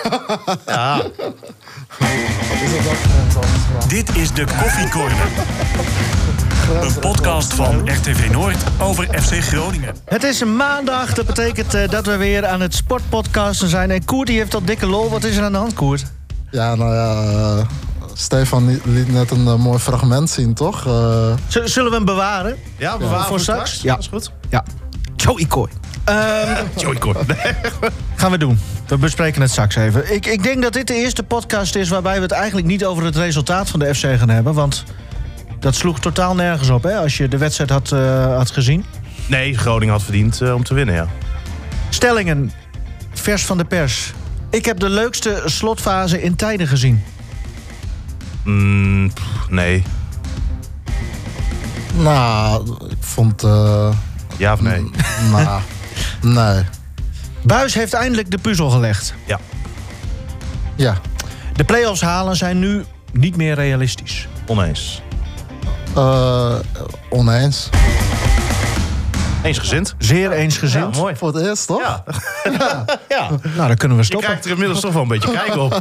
Ja. Dit is de Koffie Corner. Een podcast van RTV Noord over FC Groningen. Het is maandag, dat betekent dat we weer aan het sportpodcasten zijn. En Koert die heeft al dikke lol. Wat is er aan de hand, Koert? Ja, nou ja, Stefan liet net een mooi fragment zien, toch? Zullen we hem bewaren? Ja, bewaren voor straks? Ja. Dat is goed. Ja. Joey Kooi. Joey Kooi. Gaan we doen. We bespreken het straks even. Ik denk dat dit de eerste podcast is waarbij we het eigenlijk niet over het resultaat van de FC gaan hebben. Want dat sloeg totaal nergens op, hè, als je de wedstrijd had gezien. Nee, Groningen had verdiend om te winnen, ja. Stellingen, vers van de pers. Ik heb de leukste slotfase in tijden gezien. Nee. Nou, ik vond... Ja of nee? Nou, nee. Buijs heeft eindelijk de puzzel gelegd. Ja. Ja. De play-offs halen zijn nu niet meer realistisch. Oneens. Oneens. Eensgezind. Zeer eensgezind. Ja, mooi. Voor het eerst, toch? Ja. Ja. Nou, dan kunnen we Je stoppen. krijgt er inmiddels toch wel een beetje kijk op.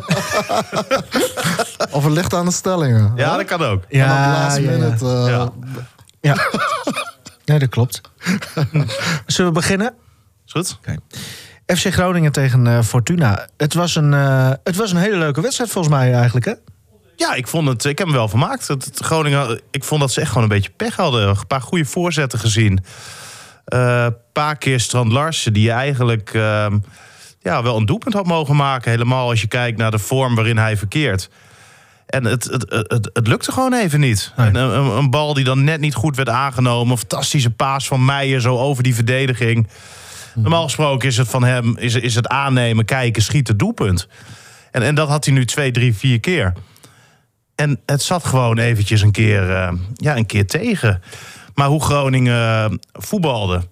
Of het ligt aan de stellingen. Ja, hè? dat kan ook. En op last minute... Ja. Ja, dat klopt. Zullen we beginnen? Is goed? Okay. FC Groningen tegen Fortuna. Het was een hele leuke wedstrijd volgens mij eigenlijk, hè? Ja, ik heb me wel vermaakt. Groningen, ik vond dat ze echt gewoon een beetje pech hadden. Een paar goede voorzetten gezien. Een paar keer Strand Larsen, die eigenlijk wel een doelpunt had mogen maken. Helemaal als je kijkt naar de vorm waarin hij verkeert. En het lukte gewoon even niet. Nee. Een bal die dan net niet goed werd aangenomen. Een fantastische paas van Meijer zo over die verdediging. Normaal gesproken is het van hem is het aannemen, kijken, schieten, doelpunt. En dat had hij nu 2, 3, 4 keer. En het zat gewoon eventjes een keer tegen. Maar hoe Groningen voetbalde...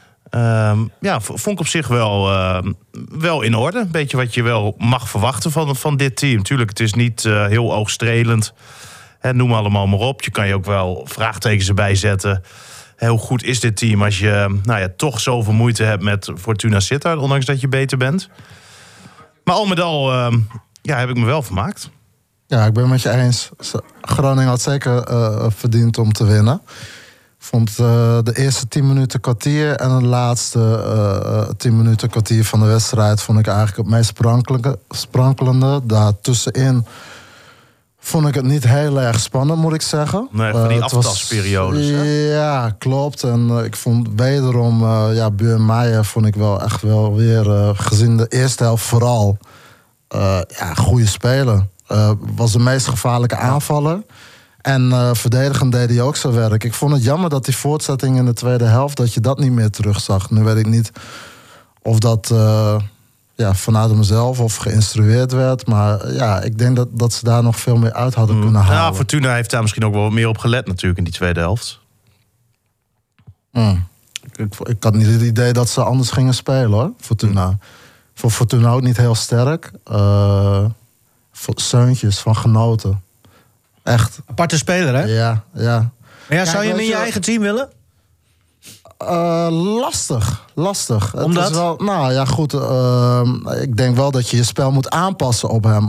vond ik op zich wel in orde. Een beetje wat je wel mag verwachten van dit team. Tuurlijk, het is niet heel oogstrelend. Noem allemaal maar op. Je kan je ook wel vraagtekens erbij zetten. Hoe goed is dit team als je toch zoveel moeite hebt met Fortuna Sittard, ondanks dat je beter bent. Maar al met al heb ik me wel vermaakt. Ja, ik ben het met je eens. Groningen had zeker verdiend om te winnen. Ik vond de eerste 10 minuten kwartier en de laatste 10 minuten kwartier van de wedstrijd vond ik eigenlijk het meest sprankelende. Daartussenin vond ik het niet heel erg spannend, moet ik zeggen. Nee, van die aftasperiodes. Ja, klopt. En ik vond wederom, Björn Meijer vond ik wel echt wel weer, gezien de eerste helft vooral, goede speler. Was de meest gevaarlijke aanvaller. En verdedigend deed hij ook zijn werk. Ik vond het jammer dat die voortzetting in de tweede helft, dat je dat niet meer terugzag. Nu weet ik niet of dat vanuit mezelf of geïnstrueerd werd. Maar ik denk dat ze daar nog veel meer uit hadden kunnen halen. Ja, Fortuna heeft daar misschien ook wel wat meer op gelet natuurlijk in die tweede helft. Ik had niet het idee dat ze anders gingen spelen, hoor, Fortuna. Voor Fortuna ook niet heel sterk. Seuntjes van genoten. Echt. Aparte speler, hè? Ja. Maar Kijk, zou je hem in weet je je, eigen team willen? Lastig. Omdat? Het is wel, nou ja, goed. Ik denk wel dat je je spel moet aanpassen op hem.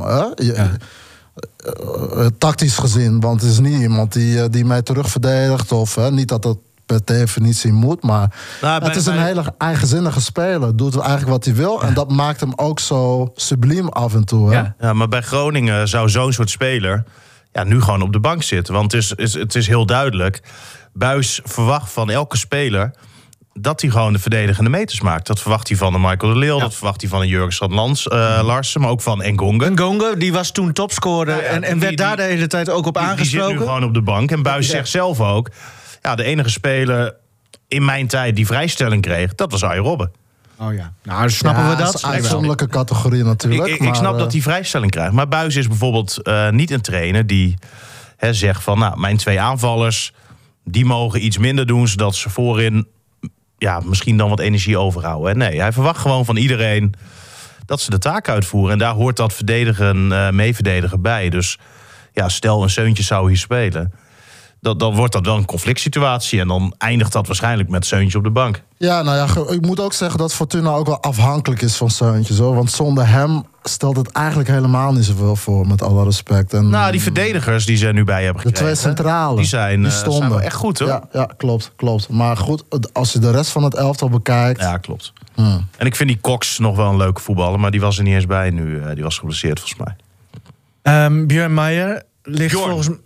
Tactisch gezien. Want het is niet iemand die mij terugverdedigt. Of niet dat dat per definitie moet. Maar het is een hele eigenzinnige speler. Doet eigenlijk wat hij wil. En dat maakt hem ook zo subliem af en toe. Hè? Ja, maar bij Groningen zou zo'n soort speler nu gewoon op de bank zitten. Want het is heel duidelijk. Buijs verwacht van elke speler dat hij gewoon de verdedigende meters maakt. Dat verwacht hij van de Michael de Leeuw. Ja. Dat verwacht hij van een Jurgen Larsen. Maar ook van Ngonga. Ngonga, die was toen topscorer. En werd daar de hele tijd ook op aangesproken. Die zit nu gewoon op de bank. En Buijs zegt zelf ook, de enige speler in mijn tijd die vrijstelling kreeg, dat was Arjen Robben. Oh ja. Nou, snappen we dat? Dat is een uitzonderlijke categorie natuurlijk. Ik snap dat hij vrijstelling krijgt. Maar Buijs is bijvoorbeeld niet een trainer die zegt van, mijn 2 aanvallers, die mogen iets minder doen, zodat ze voorin misschien dan wat energie overhouden. Nee, hij verwacht gewoon van iedereen dat ze de taak uitvoeren. En daar hoort dat meeverdedigen bij. Dus stel een Seuntje zou hier spelen, dan wordt dat wel een conflict situatie. En dan eindigt dat waarschijnlijk met Seuntje op de bank. Ja, nou ja, ik moet ook zeggen dat Fortuna ook wel afhankelijk is van Seuntjes, hoor. Want zonder hem stelt het eigenlijk helemaal niet zoveel voor, met alle respect. En, Nou, die verdedigers die ze er nu bij hebben de gekregen... twee centrale, die zijn stonden wel echt goed, hoor. Ja, klopt. Maar goed, als je de rest van het elftal bekijkt... Ja, klopt. En ik vind die Cox nog wel een leuke voetballer... maar die was er niet eens bij nu. Die was geblesseerd, volgens mij. Björn Meijer ligt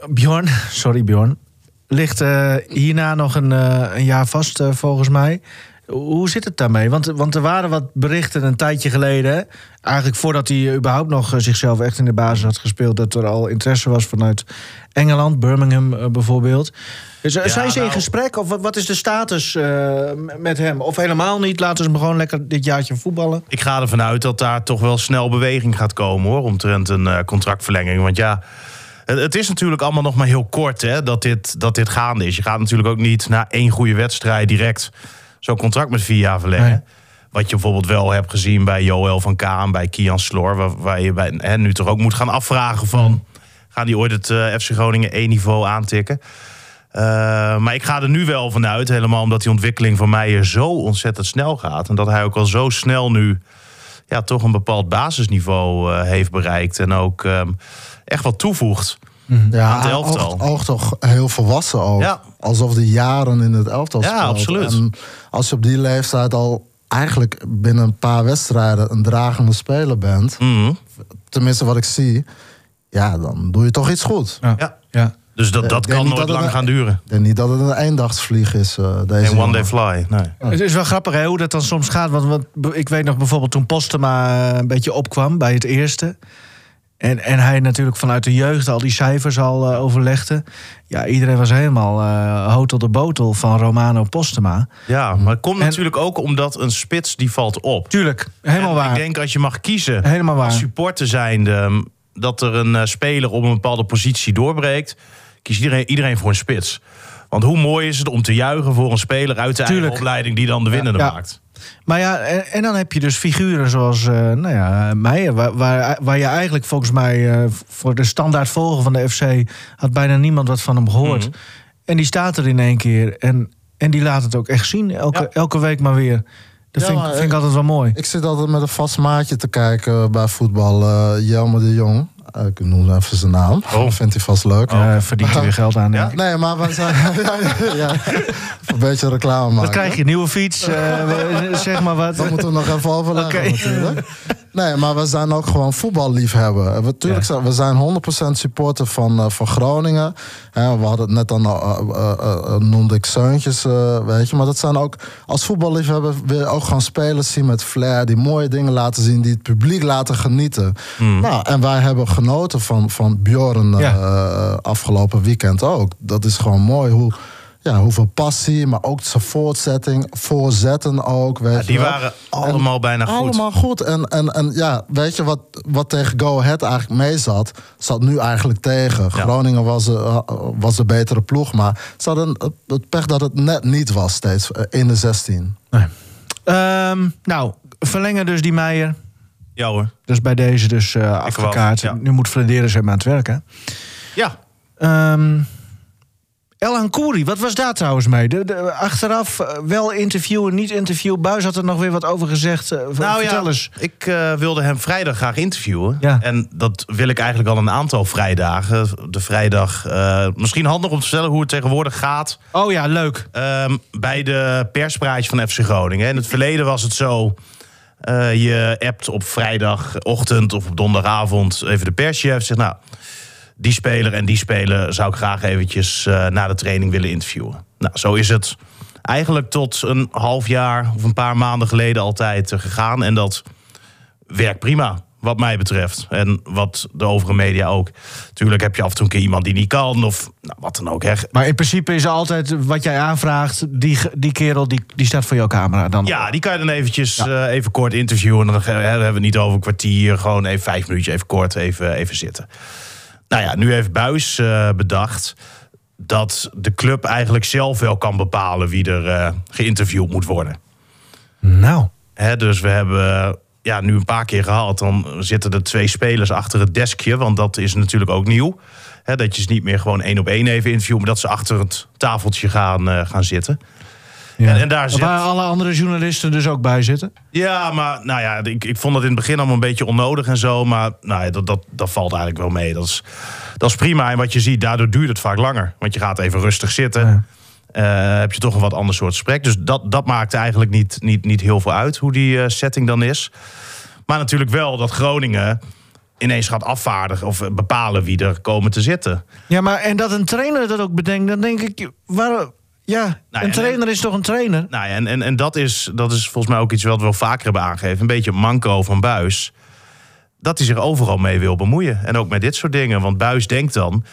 Bjorn ligt hierna nog een jaar vast, volgens mij. Hoe zit het daarmee? Want er waren wat berichten een tijdje geleden... Hè? Eigenlijk voordat hij überhaupt nog zichzelf echt in de basis had gespeeld... dat er al interesse was vanuit Engeland, Birmingham bijvoorbeeld. Zijn ze in gesprek? Of wat is de status met hem? Of helemaal niet? Laten ze hem gewoon lekker dit jaartje voetballen? Ik ga ervan uit dat daar toch wel snel beweging gaat komen, hoor. Omtrent een contractverlenging. Want ja, het is natuurlijk allemaal nog maar heel kort, hè, dat dit gaande is. Je gaat natuurlijk ook niet na 1 goede wedstrijd direct zo'n contract met 4 jaar verlengen. Nee. Wat je bijvoorbeeld wel hebt gezien bij Joël van Kaan, bij Kian Sloor... waar je nu toch ook moet gaan afvragen van... gaan die ooit het FC Groningen 1-niveau aantikken? Maar ik ga er nu wel vanuit, helemaal omdat die ontwikkeling van Meijer zo ontzettend snel gaat. En dat hij ook al zo snel nu toch een bepaald basisniveau heeft bereikt. En ook echt wat toevoegt aan het elftal. Oogt toch heel volwassen ook. Ja. Alsof hij jaren in het elftal speelt. Ja, absoluut. En als je op die leeftijd al eigenlijk binnen een paar wedstrijden een dragende speler bent... tenminste wat ik zie, dan doe je toch iets goed. Ja. Dus dat kan nooit lang gaan duren. Ik denk niet dat het een eendagsvlieg is. Deze one day fly, nee. Het is wel grappig, hè, hoe dat dan soms gaat. Want ik weet nog bijvoorbeeld toen Postema een beetje opkwam bij het eerste. En hij natuurlijk vanuit de jeugd al die cijfers al overlegde. Ja, iedereen was helemaal hotel de botel van Romano Postema. Ja, maar het komt natuurlijk ook omdat een spits die valt op. Tuurlijk, helemaal waar. Ik denk als je mag kiezen helemaal waar. Als supporter zijnde... dat er een speler op een bepaalde positie doorbreekt... kiest iedereen voor een spits. Want hoe mooi is het om te juichen voor een speler uit de eigen opleiding... die dan de winnende maakt. Maar ja, en dan heb je dus figuren zoals Meijer... waar je eigenlijk volgens mij voor de standaard volger van de FC... had bijna niemand wat van hem gehoord. En die staat er in één keer en die laat het ook echt zien. Elke week maar weer. Dat vind ik altijd wel mooi. Ik zit altijd met een vast maatje te kijken bij voetbal. Jelmer de Jong. Ik noem even zijn naam. Dat vindt hij vast leuk. Verdient hij weer geld aan. Ja? Nee, maar we zijn... een beetje reclame maken. Dan krijg je een nieuwe fiets. Zeg maar wat. Dat moeten we nog even overleggen natuurlijk. Nee, maar we zijn ook gewoon voetballiefhebber. We zijn 100% supporter van Groningen. We hadden het net dan, noemde ik Seuntjes, weet je. Maar dat zijn ook, als voetballiefhebber wil je ook gewoon spelers zien met flair. Die mooie dingen laten zien, die het publiek laten genieten. Nou, en wij hebben genoten van Bjorn afgelopen weekend ook. Dat is gewoon mooi hoeveel passie, maar ook zijn voorzetten ook. Weet die waren allemaal bijna goed. Allemaal goed. En weet je wat tegen Go Ahead eigenlijk mee zat nu eigenlijk tegen. Groningen was een betere ploeg, maar ze hadden het pech dat het net niet was steeds in de 16. Nee. Verlengen dus die Meijer. Ja hoor. Dus bij deze dus afgekaart. Ja. Nu moet Flederis hem aan het werken. Ja. Elhan Khoury, wat was daar trouwens mee? Achteraf wel interviewen, niet interviewen. Buis had er nog weer wat over gezegd. Vertel eens. Ik wilde hem vrijdag graag interviewen. Ja. En dat wil ik eigenlijk al een aantal vrijdagen. De vrijdag, misschien handig om te vertellen hoe het tegenwoordig gaat. Oh ja, leuk. Bij de perspraatje van FC Groningen. In het verleden was het zo... je appt op vrijdagochtend of op donderdagavond even de perschef. Zegt nou, die speler en die speler zou ik graag eventjes na de training willen interviewen. Nou, zo is het eigenlijk tot een half jaar of een paar maanden geleden altijd gegaan. En dat werkt prima, wat mij betreft. En wat de overige media ook. Tuurlijk heb je af en toe een keer iemand die niet kan of wat dan ook. Hè. Maar in principe is altijd wat jij aanvraagt, die kerel die staat voor jouw camera dan? Ja, die kan je dan eventjes even kort interviewen. En dan hebben we het niet over een kwartier, gewoon even 5 minuutjes, even kort, even zitten. Nou ja, nu heeft Buis bedacht dat de club eigenlijk zelf wel kan bepalen wie er geïnterviewd moet worden. Nou. Dus we hebben nu een paar keer gehad. Dan zitten er 2 spelers achter het deskje. Want dat is natuurlijk ook nieuw. Dat je ze niet meer gewoon 1-op-1 even interviewen. Maar dat ze achter het tafeltje gaan zitten. Ja. En daar waar alle andere journalisten dus ook bij zitten. Ja, maar ik vond dat in het begin allemaal een beetje onnodig en zo. Maar dat valt eigenlijk wel mee. Dat is prima. En wat je ziet, daardoor duurt het vaak langer. Want je gaat even rustig zitten. Ja. Heb je toch een wat ander soort gesprek. Dus dat maakt eigenlijk niet heel veel uit hoe die setting dan is. Maar natuurlijk wel dat Groningen ineens gaat afvaardigen of bepalen wie er komen te zitten. Ja, maar en dat een trainer dat ook bedenkt, dan denk ik, een trainer is toch een trainer? Nou ja, en dat is volgens mij ook iets wat we wel vaker hebben aangegeven. Een beetje manco van Buijs. Dat hij zich overal mee wil bemoeien. En ook met dit soort dingen. Want Buijs denkt dan,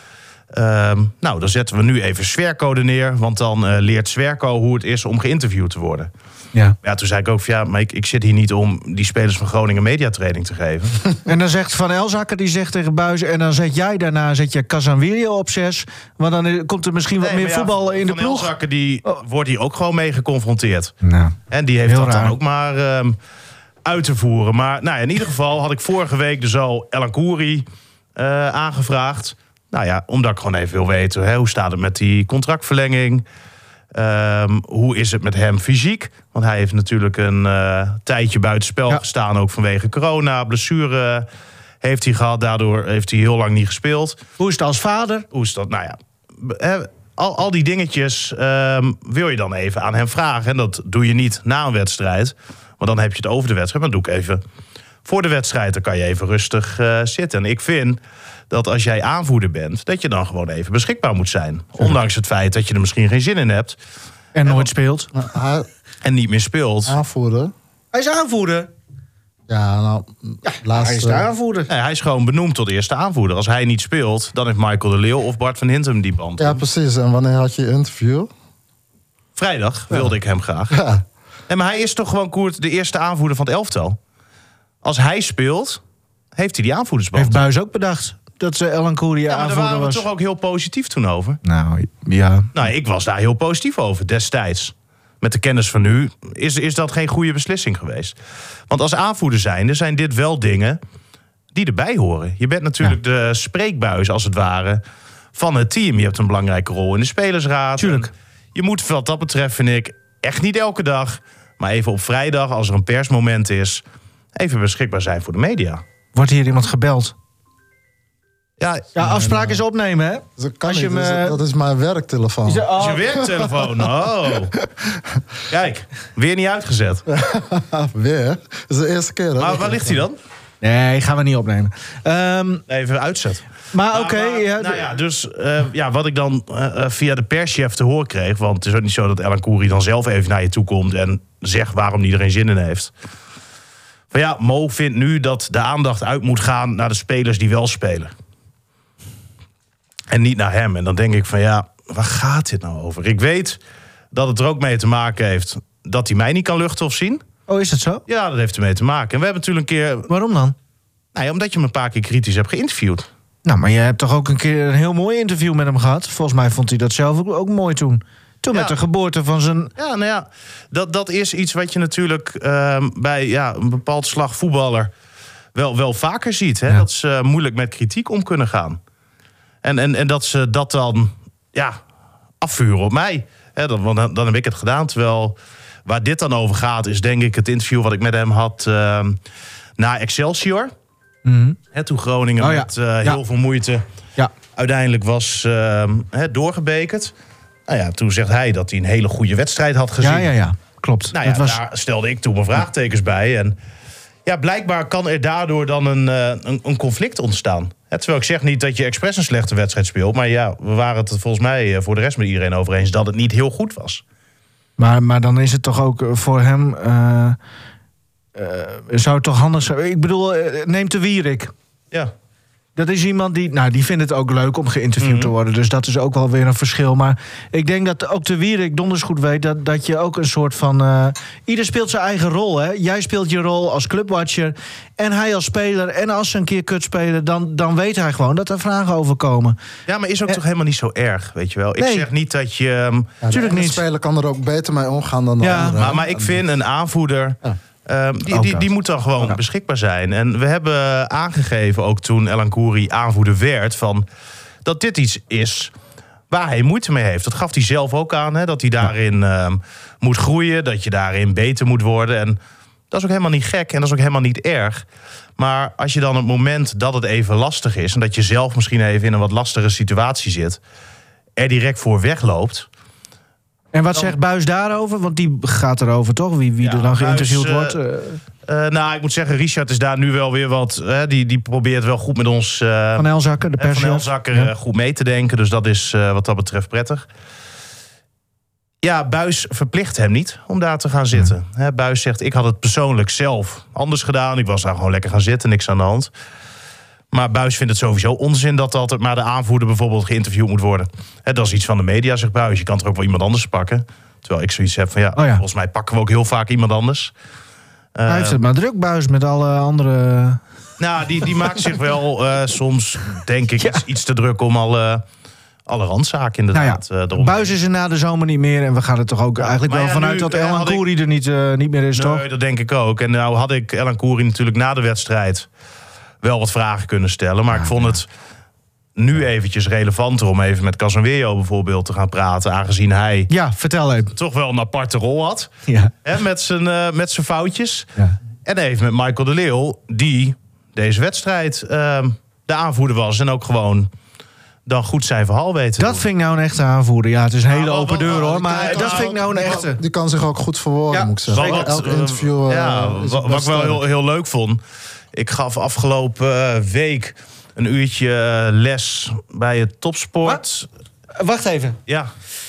dan zetten we nu even Sverko er neer. Want dan leert Sverko hoe het is om geïnterviewd te worden. Ja, toen zei ik ook van maar ik zit hier niet om die spelers van Groningen mediatraining te geven. En dan zegt Van Elzakker, die zegt tegen Buijs, en dan zet je Casanvirio op 6. Want dan komt er misschien wat meer voetbal in de ploeg. Van Elzakker die wordt hier ook gewoon mee geconfronteerd. Nou, en die heeft dat dan ook maar uit te voeren. Maar in ieder geval had ik vorige week dus al Elan Kouri aangevraagd. Omdat ik gewoon even wil weten, hoe staat het met die contractverlenging? Hoe is het met hem fysiek? Want hij heeft natuurlijk een tijdje buitenspel gestaan, ook vanwege corona. Blessure heeft hij gehad, daardoor heeft hij heel lang niet gespeeld. Hoe is het als vader? Hoe is dat? Al die dingetjes wil je dan even aan hem vragen. En dat doe je niet na een wedstrijd. Want dan heb je het over de wedstrijd. Maar doe ik even voor de wedstrijd. Dan kan je even rustig zitten. En ik vind dat als jij aanvoerder bent, dat je dan gewoon even beschikbaar moet zijn. Ondanks het feit dat je er misschien geen zin in hebt. En nooit speelt. En niet meer speelt. Aanvoerder. Hij is aanvoerder. Ja, hij is de aanvoerder. Nee, hij is gewoon benoemd tot eerste aanvoerder. Als hij niet speelt, dan heeft Michael de Leeuw of Bart van Hintem die band. Ja, precies. En wanneer had je interview? Vrijdag wilde ik hem graag. Ja. Nee, maar hij is toch gewoon, Koert, de eerste aanvoerder van het elftal. Als hij speelt, heeft hij die aanvoerdersband. Heeft Buijs ook bedacht dat ze Elan Kouri aanvoerder was. Daar waren we toch ook heel positief toen over. Nou, ja. Ik was daar heel positief over destijds. Met de kennis van nu is dat geen goede beslissing geweest. Want als aanvoerder zijn dit wel dingen die erbij horen. Je bent natuurlijk de spreekbuis, als het ware, van het team. Je hebt een belangrijke rol in de spelersraad. Tuurlijk. Je moet wat dat betreft, vind ik, echt niet elke dag, maar even op vrijdag, als er een persmoment is, even beschikbaar zijn voor de media. Wordt hier iemand gebeld? Ja, afspraak is opnemen, hè? Dat is mijn werktelefoon. Dat is je werktelefoon. Oh. Kijk, weer niet uitgezet. Weer? Dat is de eerste keer. Maar waar ligt hij dan? Nee, gaan we niet opnemen. Even uitzetten. Maar oké. Wat ik dan via de perschef te horen kreeg, want het is ook niet zo dat Elan Kouri dan zelf even naar je toe komt en zegt waarom hij er geen zin in heeft. Van Mo vindt nu dat de aandacht uit moet gaan naar de spelers die wel spelen. En niet naar hem. En dan denk ik van waar gaat dit nou over? Ik weet dat het er ook mee te maken heeft dat hij mij niet kan luchten of zien. Oh, is dat zo? Ja, dat heeft ermee te maken. En we hebben natuurlijk een keer... Waarom dan? Omdat je hem een paar keer kritisch hebt geïnterviewd. Nou, maar je hebt toch ook een keer een heel mooi interview met hem gehad? Volgens mij vond hij dat zelf ook mooi toen. Toen met de geboorte van zijn... Ja, dat is iets wat je natuurlijk bij een bepaald slag voetballer wel vaker ziet. Hè? Ja. Dat ze moeilijk met kritiek om kunnen gaan. En dat ze dat dan afvuren op mij. Want dan heb ik het gedaan. Terwijl waar dit dan over gaat, is denk ik het interview wat ik met hem had na Excelsior. Mm-hmm. Toen Groningen met heel veel moeite uiteindelijk was doorgebekerd. Toen zegt hij dat hij een hele goede wedstrijd had gezien. Ja, klopt. Daar stelde ik toen mijn vraagtekens bij. En blijkbaar kan er daardoor dan een conflict ontstaan. Terwijl ik zeg niet dat je expres een slechte wedstrijd speelt. Maar we waren het volgens mij voor de rest met iedereen over eens dat het niet heel goed was. Maar dan is het toch ook voor hem... zou het toch handig zijn? Ik bedoel, neem de Wierik. Ja. Dat is iemand die vindt het ook leuk om geïnterviewd te worden. Dus dat is ook wel weer een verschil. Maar ik denk dat ook de Wierik donders goed weet dat je ook een soort van... ieder speelt zijn eigen rol, hè? Jij speelt je rol als clubwatcher en hij als speler. En als ze een keer kut spelen, dan weet hij gewoon dat er vragen over komen. Ja, maar is ook toch helemaal niet zo erg, weet je wel? Ik zeg niet dat je... Natuurlijk niet. De speler kan er ook beter mee omgaan dan de andere. Maar ik vind een aanvoerder... Die moet dan gewoon beschikbaar zijn. En we hebben aangegeven, ook toen Elan Khoury aanvoerder werd, van dat dit iets is waar hij moeite mee heeft. Dat gaf hij zelf ook aan, hè, dat hij daarin moet groeien, dat je daarin beter moet worden. En dat is ook helemaal niet gek en dat is ook helemaal niet erg. Maar als je dan op het moment dat het even lastig is, en dat je zelf misschien even in een wat lastige situatie zit, er direct voor wegloopt. En wat zegt Buijs daarover? Want die gaat erover, toch? Wie er dan geïnterviewd wordt? Nou, ik moet zeggen, Richard is daar nu wel weer wat. Die probeert wel goed met ons. Van Elzakker, de perschef. Van Elzakker goed mee te denken. Dus dat is wat dat betreft prettig. Ja, Buijs verplicht hem niet om daar te gaan zitten. Buijs zegt, ik had het persoonlijk zelf anders gedaan. Ik was daar gewoon lekker gaan zitten, niks aan de hand. Maar Buijs vindt het sowieso onzin dat altijd maar de aanvoerder bijvoorbeeld geïnterviewd moet worden. Dat is iets van de media, zegt Buijs. Je kan er ook wel iemand anders pakken. Terwijl ik zoiets heb van volgens mij pakken we ook heel vaak iemand anders. Hij heeft het maar druk, Buijs, met alle andere... Nou, die maakt zich wel soms, denk ik, iets te druk om alle randzaken inderdaad. Buijs is er na de zomer niet meer. En we gaan er toch ook eigenlijk wel vanuit dat Elan Khoury er niet meer is, toch? Nee, dat denk ik ook. En nou had ik Elan Khoury natuurlijk na de wedstrijd wel wat vragen kunnen stellen. Maar ik vond het nu eventjes relevanter om even met Casemiro bijvoorbeeld te gaan praten. Aangezien hij vertel even. Toch wel een aparte rol had. Ja. Met zijn foutjes. Ja. En even met Michael de Leeuw, die deze wedstrijd de aanvoerder was. En ook gewoon dan goed zijn verhaal weten. Dat vind ik nou een echte aanvoerder. Ja, het is een hele open deur, hoor. Maar dat vind ik nou een echte. Die kan zich ook goed verwoorden, moet ik zeggen. Elk interview. Wat ik wel heel leuk vond. Ik gaf afgelopen week een uurtje les bij het Topsport. Wacht even. Ja.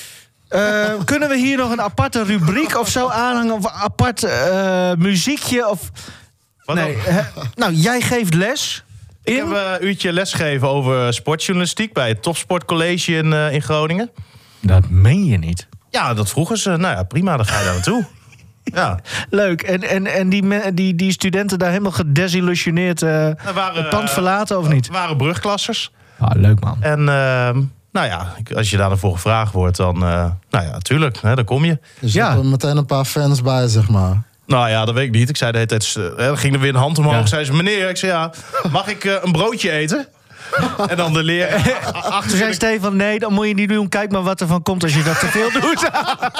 Kunnen we hier nog een aparte rubriek of zo aanhangen? Of een apart muziekje? Of... Nee. Nou, jij geeft les. Ik heb een uurtje lesgegeven over sportjournalistiek bij het Topsportcollege in Groningen. Dat meen je niet. Ja, dat vroegen ze. Nou ja, prima, dan ga je daar naartoe. Ja. Leuk. En die studenten daar helemaal gedesillusioneerd het pand verlaten of niet? Waren brugklassers. Leuk, man. En nou ja, als je daar voor gevraagd wordt, dan natuurlijk, dan kom je. Dus je hebt er meteen een paar fans bij, zeg maar. Nou ja, dat weet ik niet. Ik zei de hele tijd, dan ging er weer een hand omhoog. Ja. Zei ze, meneer, ik zei mag ik een broodje eten? En dan de leer. Toen zei Stefan, nee, dan moet je niet doen. Kijk maar wat er van komt als je dat te veel doet.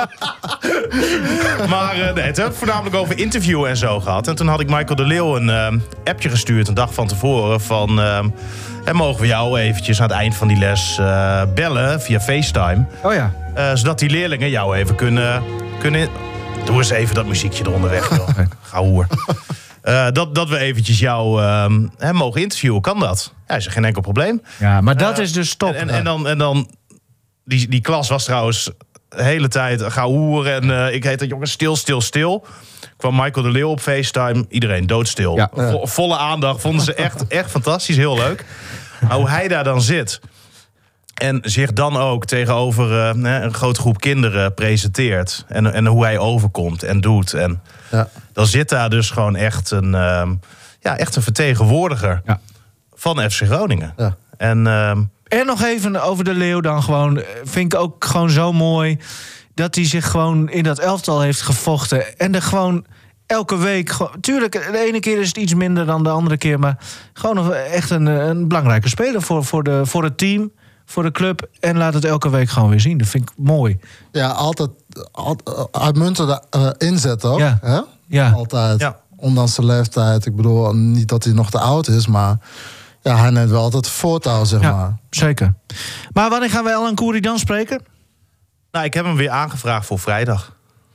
Maar nee, het hebben we voornamelijk over interviewen en zo gehad. En toen had ik Michael de Leeuw een appje gestuurd een dag van tevoren. Van, mogen we jou eventjes aan het eind van die les bellen via FaceTime. Oh ja. Zodat die leerlingen jou even kunnen... Doe eens even dat muziekje eronder weg, joh. Gauw hoer. Dat we eventjes jou mogen interviewen, kan dat? Ja, is er geen enkel probleem. Ja, maar dat is dus top. En dan die klas was trouwens de hele tijd gauw hoeren. En ik heette, jongens, stil. Kwam Michael de Leeuw op FaceTime. Iedereen doodstil. Ja. Volle aandacht. Vonden ze echt fantastisch, heel leuk. Maar hoe hij daar dan zit... En zich dan ook tegenover een grote groep kinderen presenteert. En hoe hij overkomt en doet. En dan zit daar dus gewoon echt een vertegenwoordiger van FC Groningen. Ja. En nog even over de Leeuw dan gewoon. Vind ik ook gewoon zo mooi dat hij zich gewoon in dat elftal heeft gevochten. En er gewoon elke week... Tuurlijk, de ene keer is het iets minder dan de andere keer. Maar gewoon echt een belangrijke speler voor het team... voor de club en laat het elke week gewoon weer zien. Dat vind ik mooi. Ja, altijd uitmuntende inzet ook. Ja. Hè? Ja. Altijd. Ja. Ondanks de leeftijd. Ik bedoel, niet dat hij nog te oud is, maar ja, hij neemt wel altijd voortouw, zeg maar. Zeker. Maar wanneer gaan we Elan Khoury dan spreken? Nou, ik heb hem weer aangevraagd voor vrijdag.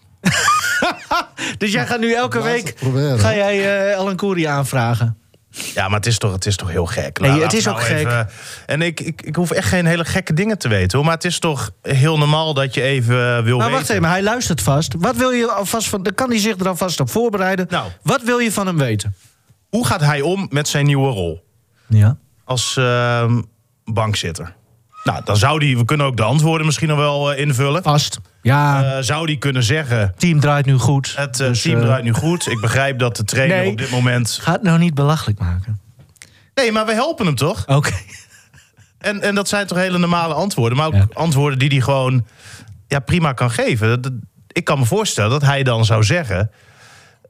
Dus jij gaat nu elke week... Ga jij Elan Khoury aanvragen? Ja, maar het is toch heel gek. Nee, het is ook gek. En ik hoef echt geen hele gekke dingen te weten, hoor. Maar het is toch heel normaal dat je even wil weten. Maar wacht even, hij luistert vast. Wat wil je alvast van? Dan kan hij zich er alvast op voorbereiden. Nou, wat wil je van hem weten? Hoe gaat hij om met zijn nieuwe rol? Ja. Als bankzitter. Nou, dan zou we kunnen ook de antwoorden misschien nog wel invullen. Vast. Ja. Zou die kunnen zeggen... Het team draait nu goed. Het team draait nu goed. Ik begrijp dat de trainer op dit moment... Ga het nou niet belachelijk maken. Nee, maar we helpen hem toch? Oké. En dat zijn toch hele normale antwoorden. Maar ook antwoorden die hij gewoon prima kan geven. Ik kan me voorstellen dat hij dan zou zeggen...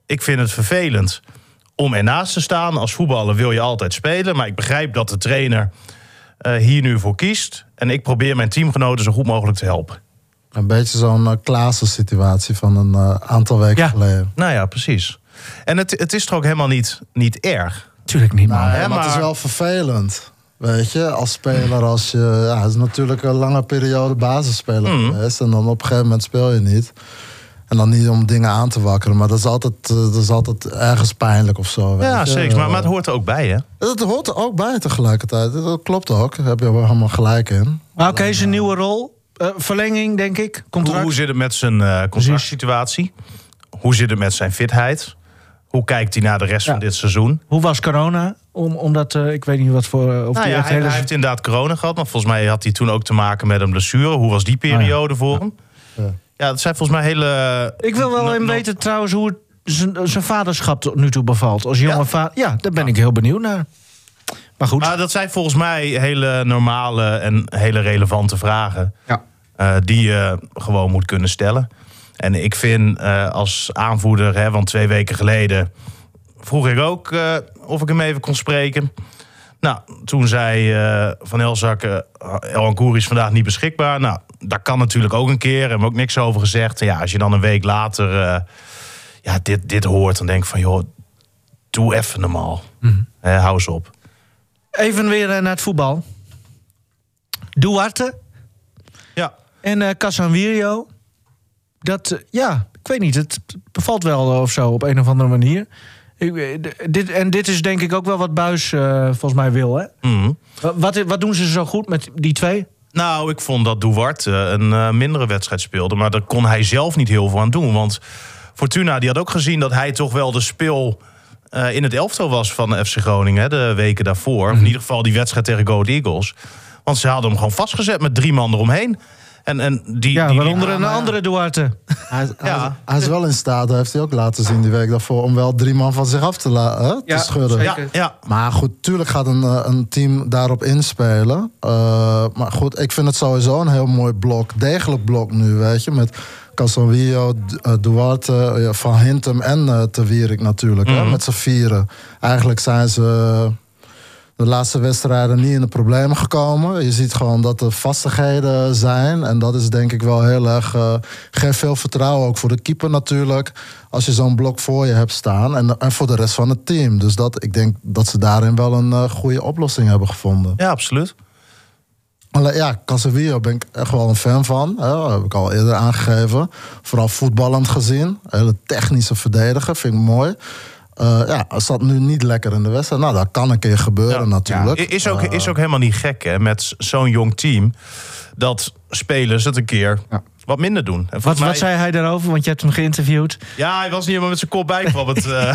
ik vind het vervelend om ernaast te staan. Als voetballer wil je altijd spelen. Maar ik begrijp dat de trainer hier nu voor kiest. En ik probeer mijn teamgenoten zo goed mogelijk te helpen. Een beetje zo'n Klaassen-situatie van een aantal weken geleden. Nou ja, precies. En het is toch ook helemaal niet erg. Tuurlijk niet, man. Nou, maar het is wel vervelend. Weet je, als speler, als je... Ja, het is natuurlijk een lange periode basisspeler geweest. En dan op een gegeven moment speel je niet. En dan niet om dingen aan te wakkeren. Maar dat is altijd ergens pijnlijk of zo. Weet Ja, je? zeker. Maar het hoort er ook bij, hè? Dat hoort er ook bij tegelijkertijd. Dat klopt ook. Daar heb je wel helemaal gelijk in. Maar oké, zijn nieuwe rol. Verlenging, denk ik. Contract. Hoe zit het met zijn contractsituatie? Hoe zit het met zijn fitheid? Hoe kijkt hij naar de rest van dit seizoen? Hoe was corona? Omdat, ik weet niet wat voor... Of Hij heeft inderdaad corona gehad. Maar volgens mij had hij toen ook te maken met een blessure. Hoe was die periode voor hem? Ja, dat zijn volgens mij hele... Ik wil wel even weten trouwens hoe het zijn vaderschap tot nu toe bevalt. Als jonge vader. Ja, daar ben ik heel benieuwd naar. Maar goed. Maar dat zijn volgens mij hele normale en hele relevante vragen. Ja. Die je gewoon moet kunnen stellen. En ik vind als aanvoerder, want 2 weken geleden vroeg ik ook of ik hem even kon spreken. Nou, toen zei Van Elzakken, El Ankouri is vandaag niet beschikbaar. Nou, dat kan natuurlijk ook een keer. Daar hebben we ook niks over gezegd. En ja, als je dan een week later dit hoort, dan denk ik van, joh, doe even normaal. Hou eens op. Even weer naar het voetbal. Duarte. Ja. En Casanvirio. Dat, ik weet niet, het bevalt wel of zo op een of andere manier. Dit is denk ik ook wel wat Buijs volgens mij wil, hè? Mm. Wat doen ze zo goed met die twee? Nou, ik vond dat Duarte een mindere wedstrijd speelde. Maar daar kon hij zelf niet heel veel aan doen. Want Fortuna die had ook gezien dat hij toch wel de speel in het elftal was van FC Groningen. Hè, de weken daarvoor. Of in ieder geval die wedstrijd tegen Go Ahead Eagles. Want ze hadden hem gewoon vastgezet met 3 man eromheen. Waaronder een andere Duarte. Hij is wel in staat, heeft hij ook laten zien die week daarvoor, om wel 3 man van zich af te schudden. Ja. Maar goed, tuurlijk gaat een team daarop inspelen. Maar goed, ik vind het sowieso een heel mooi blok. Degelijk blok nu, weet je. Met Casanvirio, Duarte, Van Hintem en Te Wierik natuurlijk. Hè, met z'n 4. Eigenlijk zijn ze de laatste wedstrijden niet in de problemen gekomen. Je ziet gewoon dat er vastigheden zijn. En dat is denk ik wel heel erg... geeft veel vertrouwen ook voor de keeper natuurlijk. Als je zo'n blok voor je hebt staan. En voor de rest van het team. Dus ik denk dat ze daarin wel een goede oplossing hebben gevonden. Ja, absoluut. Ja, Casemiro ben ik echt wel een fan van. Dat heb ik al eerder aangegeven. Vooral voetballend gezien. Hele technische verdediger, vind ik mooi. Als dat nu niet lekker in de wedstrijd... Nou, dat kan een keer gebeuren natuurlijk. Is ook helemaal niet gek, hè, met zo'n jong team... dat spelers het een keer wat minder doen. En wat zei hij daarover? Want je hebt hem geïnterviewd. Ja, hij was niet helemaal met zijn kop bijkwam.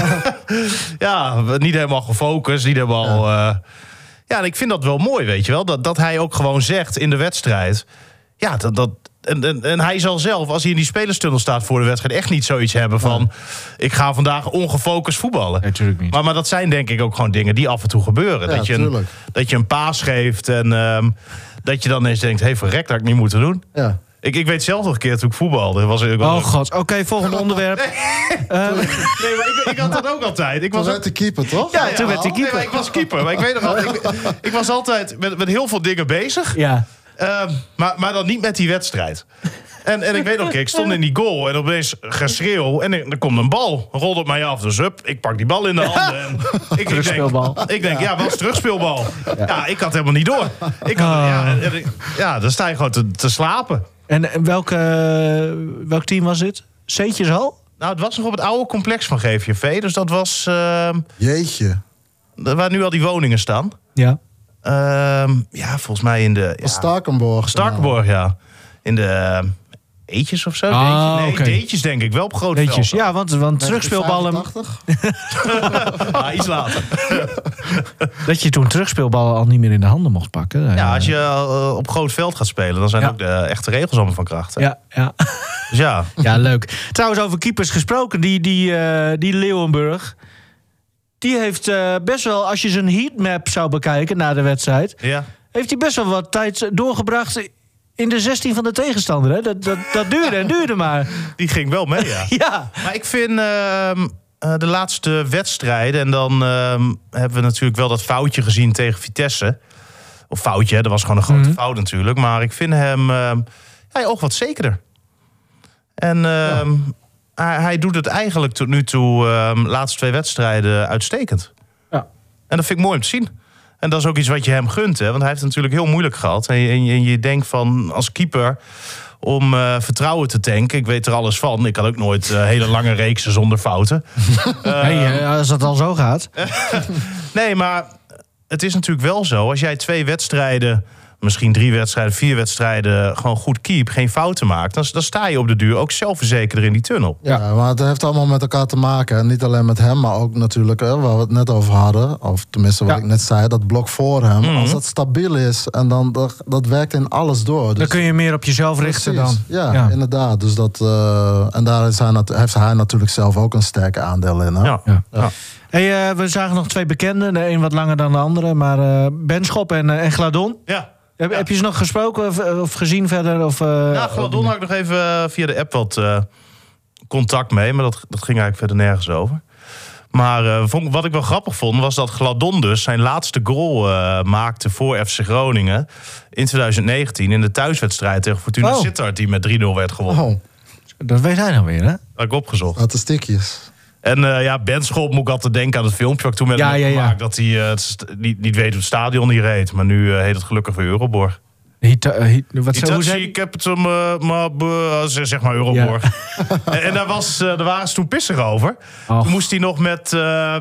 Niet helemaal gefocust, niet helemaal... en ik vind dat wel mooi, weet je wel. Dat hij ook gewoon zegt in de wedstrijd... Ja, en hij zal zelf, als hij in die spelerstunnel staat voor de wedstrijd... echt niet zoiets hebben van... ik ga vandaag ongefocust voetballen. Nee, natuurlijk niet. Maar dat zijn denk ik ook gewoon dingen die af en toe gebeuren. Ja, dat je een paas geeft en dat je dan eens denkt... hé, verrek, dat had ik niet moeten doen. Ja. Ik weet zelf nog een keer toen ik voetbalde. Oh god, oké, volgende onderwerp. Nee, maar ik had dat ook altijd. Toen werd de keeper, toch? Ja, toen werd de keeper. Nee, maar ik was keeper. Maar ik weet nog wel, ik was altijd met heel veel dingen bezig. Ja. Maar dan niet met die wedstrijd. En ik weet nog, ik stond in die goal en opeens geschreeuw. En er komt een bal, rolt op mij af. Dus ik pak die bal in de handen. En Terugspeelbal. Ik denk, was terugspeelbal. Ja, ik had helemaal niet door. Dan sta je gewoon te slapen. En welk team was dit? Seetjeshal? Nou, het was nog op het oude complex van GVV. Dus dat was... Jeetje. Waar nu al die woningen staan. Ja. Volgens mij in de... Starkenborg. Starkenborg, ja. In de Eetjes of zo. Deetjes denk ik wel op groot veld. Ja, want terugspeelballen... Iets later. Dat je toen terugspeelballen al niet meer in de handen mocht pakken. Ja, als je op groot veld gaat spelen... dan zijn ook de echte regels allemaal van kracht. Hè? Ja. Dus ja. Ja, leuk. Trouwens, over keepers gesproken. Die Leeuwenburg... Die heeft best wel, als je zijn heatmap zou bekijken na de wedstrijd... Ja. Heeft hij best wel wat tijd doorgebracht in de 16 van de tegenstander. Hè? Dat duurde en duurde maar. Die ging wel mee, ja. Ja. Maar ik vind... de laatste wedstrijden. En dan hebben we natuurlijk wel dat foutje gezien tegen Vitesse. Of foutje, hè? Dat was gewoon een grote fout natuurlijk. Maar ik vind hem ook wat zekerder. En hij doet het eigenlijk tot nu toe, laatste 2 wedstrijden, uitstekend. Ja. En dat vind ik mooi om te zien. En dat is ook iets wat je hem gunt, hè? Want hij heeft het natuurlijk heel moeilijk gehad. En je denkt van, als keeper, om vertrouwen te tanken. Ik weet er alles van. Ik had ook nooit hele lange reeksen zonder fouten. Als dat al zo gaat. Nee, maar het is natuurlijk wel zo. Als jij 2 wedstrijden, misschien 3 wedstrijden, 4 wedstrijden gewoon goed keept, geen fouten maakt, dan sta je op de duur ook zelfverzekerder in die tunnel. Ja, maar het heeft allemaal met elkaar te maken. En niet alleen met hem, maar ook natuurlijk, waar we het net over hadden, of tenminste wat ik net zei, dat blok voor hem. Als dat stabiel is en dan dat werkt in alles door. Dus dan kun je meer op jezelf richten dan. Ja, inderdaad. Dus dat, en daar heeft hij natuurlijk zelf ook een sterk aandeel in. Hè? Ja. Hey, we zagen nog 2 bekenden. De een wat langer dan de andere. Maar Benschop en Gladon. Ja. Heb je ze nog gesproken of gezien verder? Of, Gladon had ik nog even via de app wat contact mee. Maar dat ging eigenlijk verder nergens over. Maar wat ik wel grappig vond, was dat Gladon dus zijn laatste goal maakte voor FC Groningen in 2019 in de thuiswedstrijd tegen Fortuna Sittard, die met 3-0 werd gewonnen. Oh. Dat weet hij nou weer, hè? Dat heb ik opgezocht. Statistiekjes. En Benschop moet ik altijd denken aan het filmpje wat ik toen met hem heb gemaakt. Dat hij niet weet hoe het stadion hier heet. Maar nu heet het gelukkig weer Euroborg. Hitachi, ik heb het zeg maar Euroborg. Ja. En daar waren ze toen pissig over. Toen moest hij nog met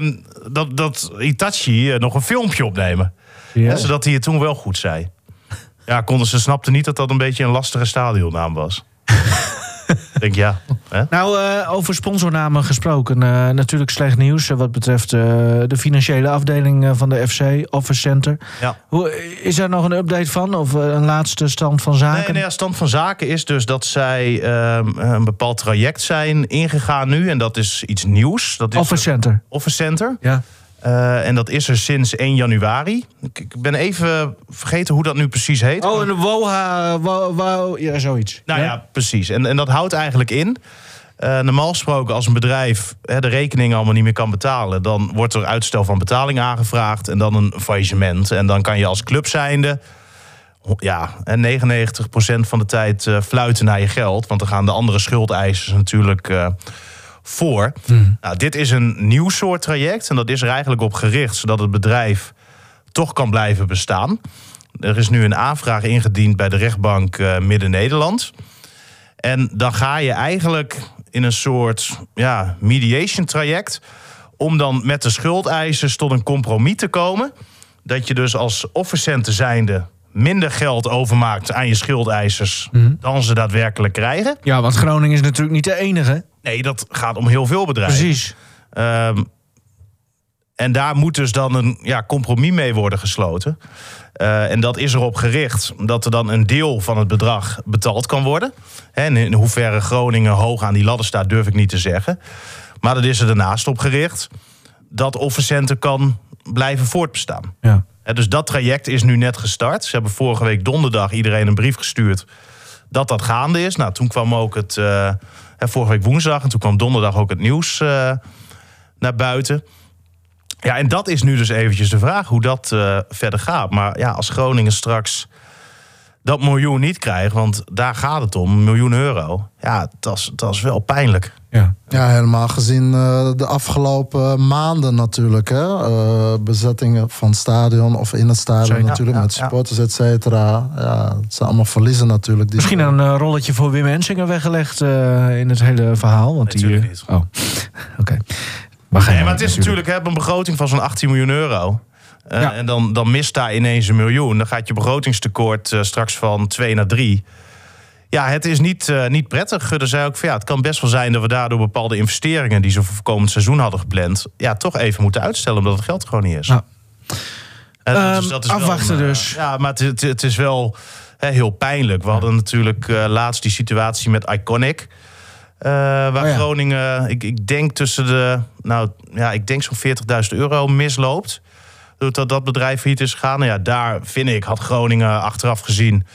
dat Hitachi nog een filmpje opnemen. Ja. Zodat hij het toen wel goed zei. Ja, ze snapten niet dat dat een beetje een lastige stadionnaam was. Ik denk ja. Hè? Nou, over sponsornamen gesproken. Natuurlijk slecht nieuws wat betreft de financiële afdeling van de FC, Office Center. Ja. Is er nog een update van? Of een laatste stand van zaken? Nee, stand van zaken is dus dat zij een bepaald traject zijn ingegaan nu. En dat is iets nieuws. Dat is Office Center. Office Center. Ja. En dat is er sinds 1 januari. Ik ben even vergeten hoe dat nu precies heet. Oh, een WOHA, ja, zoiets. Nou ja, precies. En dat houdt eigenlijk in, normaal gesproken als een bedrijf de rekeningen allemaal niet meer kan betalen, dan wordt er uitstel van betaling aangevraagd en dan een faillissement. En dan kan je als club zijnde 99% van de tijd fluiten naar je geld. Want dan gaan de andere schuldeisers natuurlijk voor. Nou, dit is een nieuw soort traject en dat is er eigenlijk op gericht zodat het bedrijf toch kan blijven bestaan. Er is nu een aanvraag ingediend bij de rechtbank Midden-Nederland. En dan ga je eigenlijk in een soort mediation traject om dan met de schuldeisers tot een compromis te komen. Dat je dus als offercenten zijnde minder geld overmaakt aan je schuldeisers dan ze daadwerkelijk krijgen. Ja, want Groningen is natuurlijk niet de enige. Nee, dat gaat om heel veel bedrijven. Precies. En daar moet dus dan een compromis mee worden gesloten. En dat is erop gericht dat er dan een deel van het bedrag betaald kan worden. En in hoeverre Groningen hoog aan die ladder staat, durf ik niet te zeggen. Maar dat is er daarnaast op gericht dat Office Center kan blijven voortbestaan. Ja. Dus dat traject is nu net gestart. Ze hebben vorige week donderdag iedereen een brief gestuurd dat gaande is. Nou, toen kwam ook het vorige week woensdag en toen kwam donderdag ook het nieuws naar buiten. Ja, en dat is nu dus eventjes de vraag hoe dat verder gaat. Maar ja, als Groningen straks dat miljoen niet krijgt, want daar gaat het om, €1 miljoen. Ja, dat is wel pijnlijk. Ja, helemaal gezien de afgelopen maanden natuurlijk. Hè? Bezettingen van het stadion of in het stadion natuurlijk met supporters, et cetera. Ja, het zijn allemaal verliezen natuurlijk. Misschien een rolletje voor Wim Hensingen weggelegd in het hele verhaal. Want natuurlijk niet. Oh, oké. Maar het is natuurlijk een begroting van zo'n €18 miljoen. En dan mist daar ineens €1 miljoen. Dan gaat je begrotingstekort straks van 2 naar 3. Ja, het is niet prettig. Gudde zei ook van het kan best wel zijn dat we daardoor bepaalde investeringen die ze voor komend seizoen hadden gepland, toch even moeten uitstellen omdat het geld gewoon niet is. Ja. Dus dat is afwachten wel dus. Ja, maar het is wel heel pijnlijk. We hadden natuurlijk laatst die situatie met Iconic. Waar Groningen, ik denk tussen ik denk zo'n €40.000 misloopt. Doordat dat bedrijf failliet is gegaan. Nou ja, daar vind ik, had Groningen achteraf gezien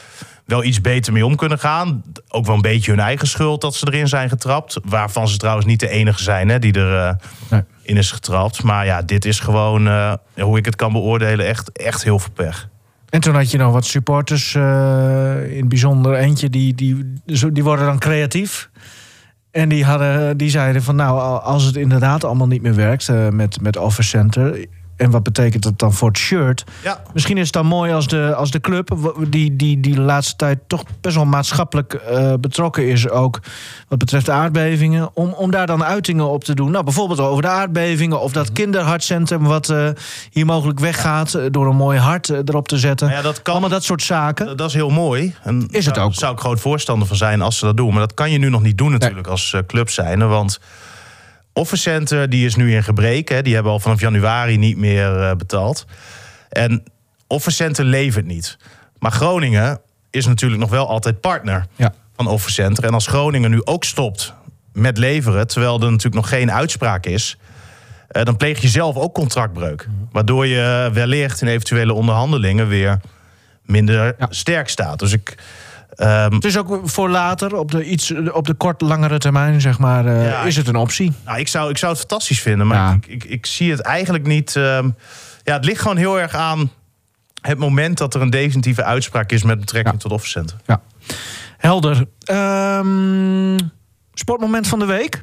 wel iets beter mee om kunnen gaan. Ook wel een beetje hun eigen schuld dat ze erin zijn getrapt. Waarvan ze trouwens niet de enige zijn, hè, die er in is getrapt. Maar ja, dit is gewoon, hoe ik het kan beoordelen, echt heel veel pech. En toen had je nog wat supporters, in het bijzonder eentje, die worden dan creatief. En die zeiden van, nou, als het inderdaad allemaal niet meer werkt met Office Center, en wat betekent dat dan voor het shirt? Ja. Misschien is het dan mooi als de club, die de laatste tijd toch best wel maatschappelijk betrokken is, ook wat betreft de aardbevingen, om daar dan uitingen op te doen. Nou, bijvoorbeeld over de aardbevingen of dat kinderhartcentrum wat hier mogelijk weggaat door een mooi hart erop te zetten. Ja, dat kan, allemaal dat soort zaken. Dat is heel mooi. En is het ook. Daar zou ik groot voorstander van zijn als ze dat doen. Maar dat kan je nu nog niet doen natuurlijk als club zijnde, want Office Center die is nu in gebrek. Hè. Die hebben al vanaf januari niet meer betaald. En Office Center levert niet. Maar Groningen is natuurlijk nog wel altijd partner van Office Center. En als Groningen nu ook stopt met leveren, terwijl er natuurlijk nog geen uitspraak is, dan pleeg je zelf ook contractbreuk. Waardoor je wellicht in eventuele onderhandelingen weer minder sterk staat. Dus het is ook voor later, op de langere termijn, zeg maar, is het een optie? Nou, ik zou het fantastisch vinden, maar ik zie het eigenlijk niet. Het ligt gewoon heel erg aan het moment dat er een definitieve uitspraak is met betrekking tot Office Center. Ja. Helder. Sportmoment van de week?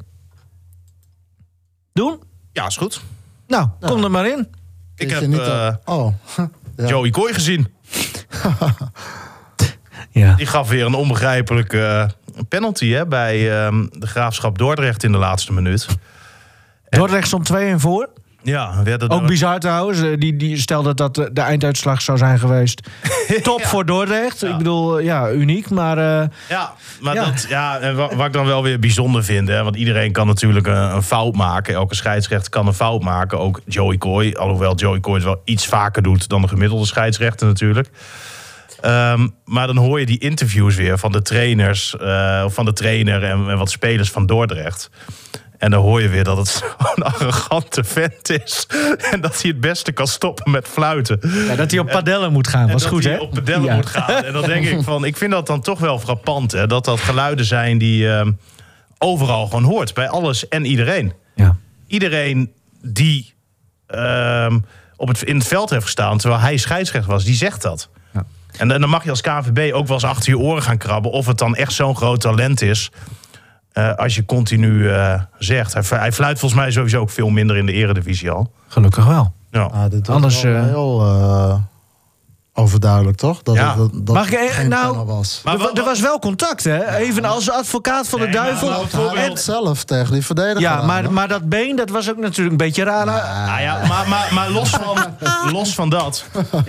Doen? Ja, is goed. Nou, kom er maar in. Ik heb Joey Kooi gezien. Ja. Die gaf weer een onbegrijpelijke penalty bij de Graafschap Dordrecht in de laatste minuut. Dordrecht stond 2-1 voor. Ja, ook bizar trouwens. Die stelde dat de einduitslag zou zijn geweest. Top voor Dordrecht. Ja. Ik bedoel, uniek. Maar en wat ik dan wel weer bijzonder vind, hè, want iedereen kan natuurlijk een fout maken. Elke scheidsrechter kan een fout maken. Ook Joey Kooi. Alhoewel Joey Kooi het wel iets vaker doet dan de gemiddelde scheidsrechter natuurlijk. Maar dan hoor je die interviews weer van de trainers, of van de trainer en wat spelers van Dordrecht. En dan hoor je weer dat het zo'n arrogante vent is. En dat hij het beste kan stoppen met fluiten. Ja, dat hij op padellen moet gaan, was goed, hè? Op padellen moet gaan. En dan denk ik van, ik vind dat dan toch wel frappant, hè, dat geluiden zijn die overal gewoon hoort. Bij alles en iedereen. Ja. Iedereen die in het veld heeft gestaan, terwijl hij scheidsrechter was, die zegt dat. Ja. En dan mag je als KNVB ook wel eens achter je oren gaan krabben of het dan echt zo'n groot talent is. Als je continu zegt. Hij fluit volgens mij sowieso ook veel minder in de eredivisie al. Gelukkig wel. Ja. Dit was anders wel heel overduidelijk, toch? Dat mag ik was. Maar er was wel contact, hè? Even als advocaat van de duivel. Hij zelf tegen die verdediger. Ja, maar dat been, dat was ook natuurlijk een beetje raar. Maar los van dat.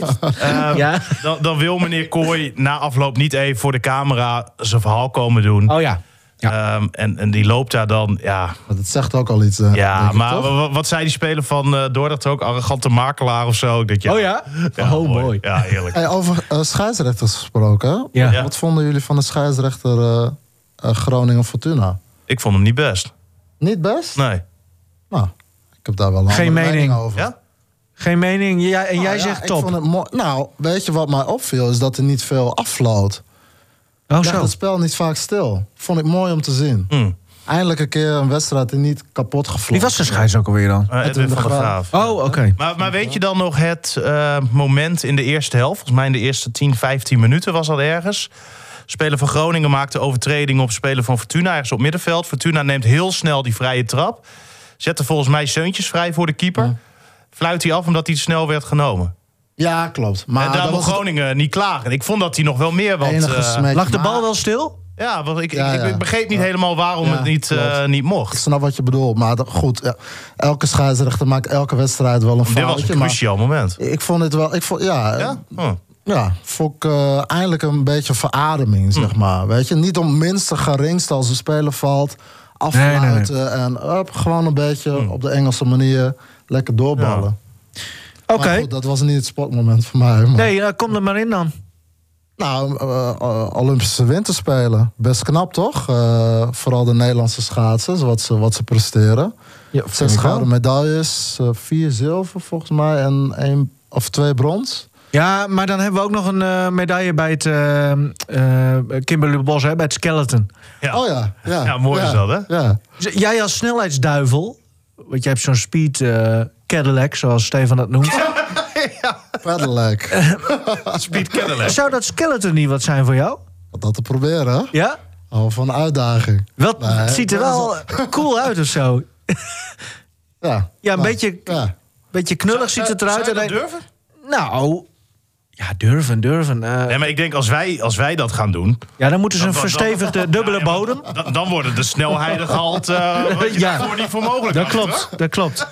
Dan wil meneer Kooi na afloop niet even voor de camera zijn verhaal komen doen. Oh ja. Ja. En die loopt daar dan, Maar dat zegt ook al iets. Maar wat zei die speler van Dordrecht ook? Arrogante makelaar of zo? Oh ja? Mooi. Ja, heerlijk. Hey, over scheidsrechters gesproken. Ja. Wat vonden jullie van de scheidsrechter Groningen Fortuna? Ik vond hem niet best. Niet best? Nee. Nou, ik heb daar wel een mening over. Ja? Geen mening? Ja, en jij zegt top. Ik vond het mooi. Nou, weet je wat mij opviel? Is dat er niet veel afvloot. Legt het spel niet vaak stil. Vond ik mooi om te zien. Eindelijk een keer een wedstrijd die niet kapot gevlogen. Wie was de scheids ook alweer dan? Edwin van der Graaf. Oh, oké. Maar weet je dan nog het moment in de eerste helft? Volgens mij in de eerste 10, 15 minuten was dat ergens. Speler van Groningen maakte overtreding op speler van Fortuna. Ergens op middenveld. Fortuna neemt heel snel die vrije trap. Zette volgens mij Seuntjes vrij voor de keeper. Fluit hij af omdat hij te snel werd genomen. Ja, klopt. Maar en daar wil Groningen niet klagen. Ik vond dat hij nog wel meer lag de bal wel stil? Ja, want ik begreep niet helemaal waarom het niet mocht. Ik snap wat je bedoelt. Maar goed, elke scheidsrechter maakt elke wedstrijd wel een foutje. Dit was een cruciaal moment. Ik vond het wel... vond ik eindelijk een beetje verademing, zeg maar. Weet je, niet om minste geringst als een speler valt, affluiten en gewoon een beetje op de Engelse manier lekker doorballen. Oké. Dat was niet het sportmoment voor mij. Maar... Nee, kom er maar in dan. Nou, Olympische Winterspelen. Best knap, toch? Vooral de Nederlandse schaatsers, wat ze presteren. Ja, 6 gouden medailles, 4 zilver volgens mij en 2 brons. Ja, maar dan hebben we ook nog een medaille bij het Kimberly Bos, hè, bij het skeleton. Ja. Oh ja. Ja, mooi is dat, hè? Ja. Dus jij als snelheidsduivel, want jij hebt zo'n speed Cadillac, zoals Stefan dat noemt. Cadillac. Speed Cadillac. Zou dat skeleton niet wat zijn voor jou? Dat te proberen, hè? Ja? Oh, van een uitdaging. Wel, Nee, het ziet er wel cool uit of zo. Ja. Ja, een Nou, beetje knullig ziet het eruit. Zou je En dat durven? nou, ja, durven. Nee, maar ik denk als wij dat gaan doen... Ja, dan moeten ze een verstevigde dubbele bodem. Dan worden de snelheden gehaald wat je Ja. daarvoor niet voor mogelijk Dat acht, klopt, hoor. dat klopt.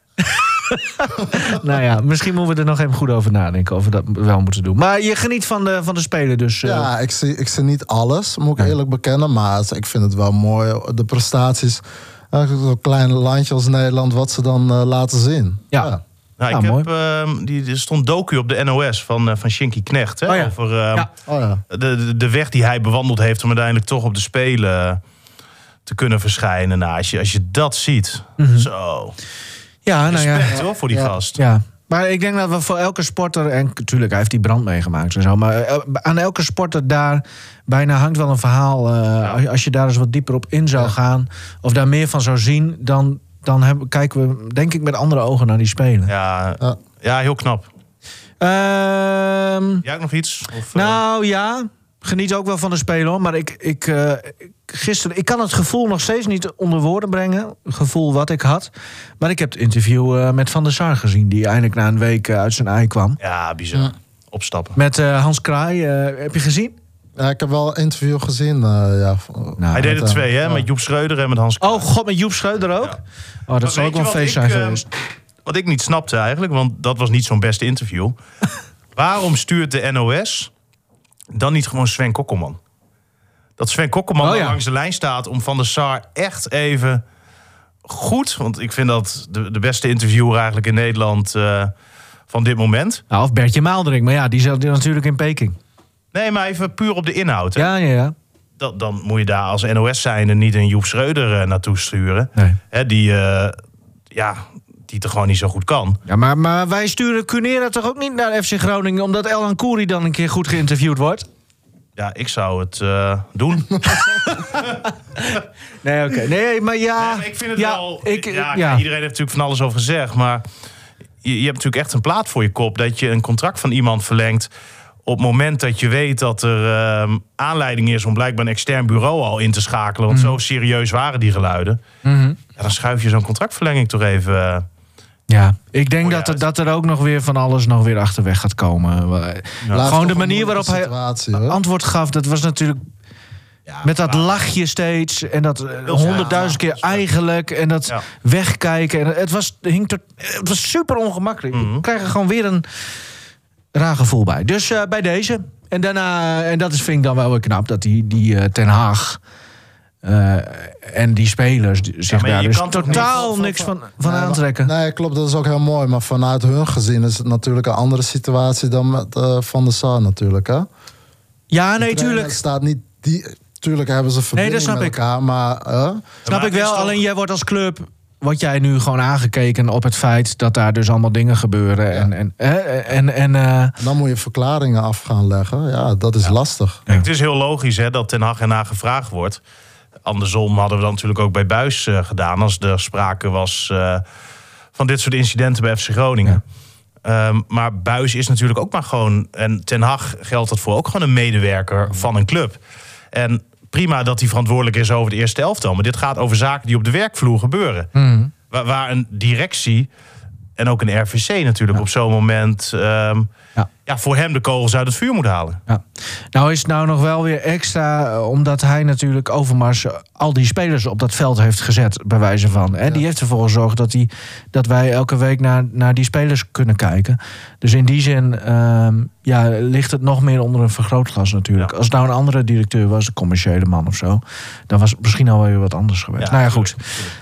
Nou ja, misschien moeten we er nog even goed over nadenken of we dat wel moeten doen. Maar je geniet van de Spelen, dus... Ja, ik zie niet alles, moet ik eerlijk bekennen. Maar ik vind het wel mooi, de prestaties. Zo'n klein landje als Nederland, wat ze dan laten zien. Ja. Nou, Ja, ik heb, er stond docu op de NOS van Shinky Knecht. Hè, Oh ja. over Ja. Oh ja. de weg die hij bewandeld heeft... om uiteindelijk toch op de Spelen te kunnen verschijnen. Nou, als je dat ziet, zo... Ja, nou ja. Respect hoor, voor die gast. Ja. Maar ik denk dat we voor elke sporter... en natuurlijk, hij heeft die brand meegemaakt en zo... maar aan elke sporter daar bijna hangt wel een verhaal. Als je daar eens wat dieper op in zou gaan... of daar meer van zou zien... dan kijken we, denk ik, met andere ogen naar die Spelen. Ja, heel knap. Ehm, Jij ook nog iets? Of, nou ja, geniet ook wel van de Spelen, hoor. Maar gisteren, ik kan het gevoel nog steeds niet onder woorden brengen. Het gevoel wat ik had. Maar ik heb het interview met Van der Sar gezien... die eindelijk na een week uit zijn ei kwam. Ja, bizar. Opstappen. Met Hans Kraai. Heb je gezien? Ja, ik heb wel een interview gezien. Hij deed er 2, hè? Met Joep Schreuder en met Hans Kraai. Oh god, met Joep Schreuder ook? Ja. Oh, dat zou ook wel een feest zijn geweest. Wat ik niet snapte eigenlijk, want dat was niet zo'n beste interview. Waarom stuurt de NOS dan niet gewoon Sven Kokkelman? Dat Sven Kokkelman dan langs de lijn staat om Van der Sar echt even goed... want ik vind dat de beste interviewer eigenlijk in Nederland van dit moment. Nou, of Bertje Maaldering, maar ja, die zat natuurlijk in Peking. Nee, maar even puur op de inhoud. Hè? Ja. Dan moet je daar als NOS zijnde niet een Joep Schreuder naartoe sturen. Nee. Hè, die het er gewoon niet zo goed kan. Ja, maar wij sturen Cunera toch ook niet naar FC Groningen... omdat Elan Koeri dan een keer goed geïnterviewd wordt? Ja, ik zou het doen. Nee, oké. Nee, maar ja... Nee, maar ik vind het ja, wel... ja. Iedereen heeft natuurlijk van alles over gezegd. Maar je hebt natuurlijk echt een plaat voor je kop... dat je een contract van iemand verlengt... op het moment dat je weet dat er aanleiding is... om blijkbaar een extern bureau al in te schakelen. Want zo serieus waren die geluiden. Ja, dan schuif je zo'n contractverlenging toch even... Ja, ik denk Mooi dat er ook nog weer van alles nog weer achterweg gaat komen. Gewoon de manier waarop hij antwoord gaf, dat was natuurlijk... met dat lachje steeds en dat 100.000 keer eigenlijk en dat wegkijken. En het was super ongemakkelijk. We krijgen gewoon weer een raar gevoel bij. Dus bij deze. En daarna, en dat vind ik dan wel weer knap, dat die Ten Haag... en die spelers zich daar dus totaal niks van aantrekken. Nee, klopt, dat is ook heel mooi. Maar vanuit hun gezien is het natuurlijk een andere situatie dan met Van der Sar natuurlijk, hè? Ja, nee, tuurlijk. Het staat niet... Tuurlijk hebben ze verbinding met elkaar, maar... Snap ik wel, alleen jij wordt als club... Word jij nu gewoon aangekeken op het feit dat daar dus allemaal dingen gebeuren. Ja. Dan moet je verklaringen af gaan leggen. Ja, dat is lastig. Kijk, het is heel logisch hè, dat Ten Hag ernaar gevraagd wordt. Andersom hadden we dat natuurlijk ook bij Buijs gedaan... als er sprake was van dit soort incidenten bij FC Groningen. Ja. Maar Buijs is natuurlijk ook maar gewoon... en Ten Hag geldt dat voor ook gewoon een medewerker van een club. En prima dat hij verantwoordelijk is over de eerste elftal... maar dit gaat over zaken die op de werkvloer gebeuren. Waar een directie en ook een RVC natuurlijk op zo'n moment... voor hem de kogels uit het vuur moet halen. Ja. Nou is het nou nog wel weer extra... omdat hij natuurlijk Overmars al die spelers op dat veld heeft gezet... bij wijze van. Hè? Ja. Die heeft ervoor gezorgd dat wij elke week naar die spelers kunnen kijken. Dus in die zin ligt het nog meer onder een vergrootglas natuurlijk. Ja. Als het nou een andere directeur was, een commerciële man of zo... dan was het misschien alweer wat anders geweest. Nou ja, goed.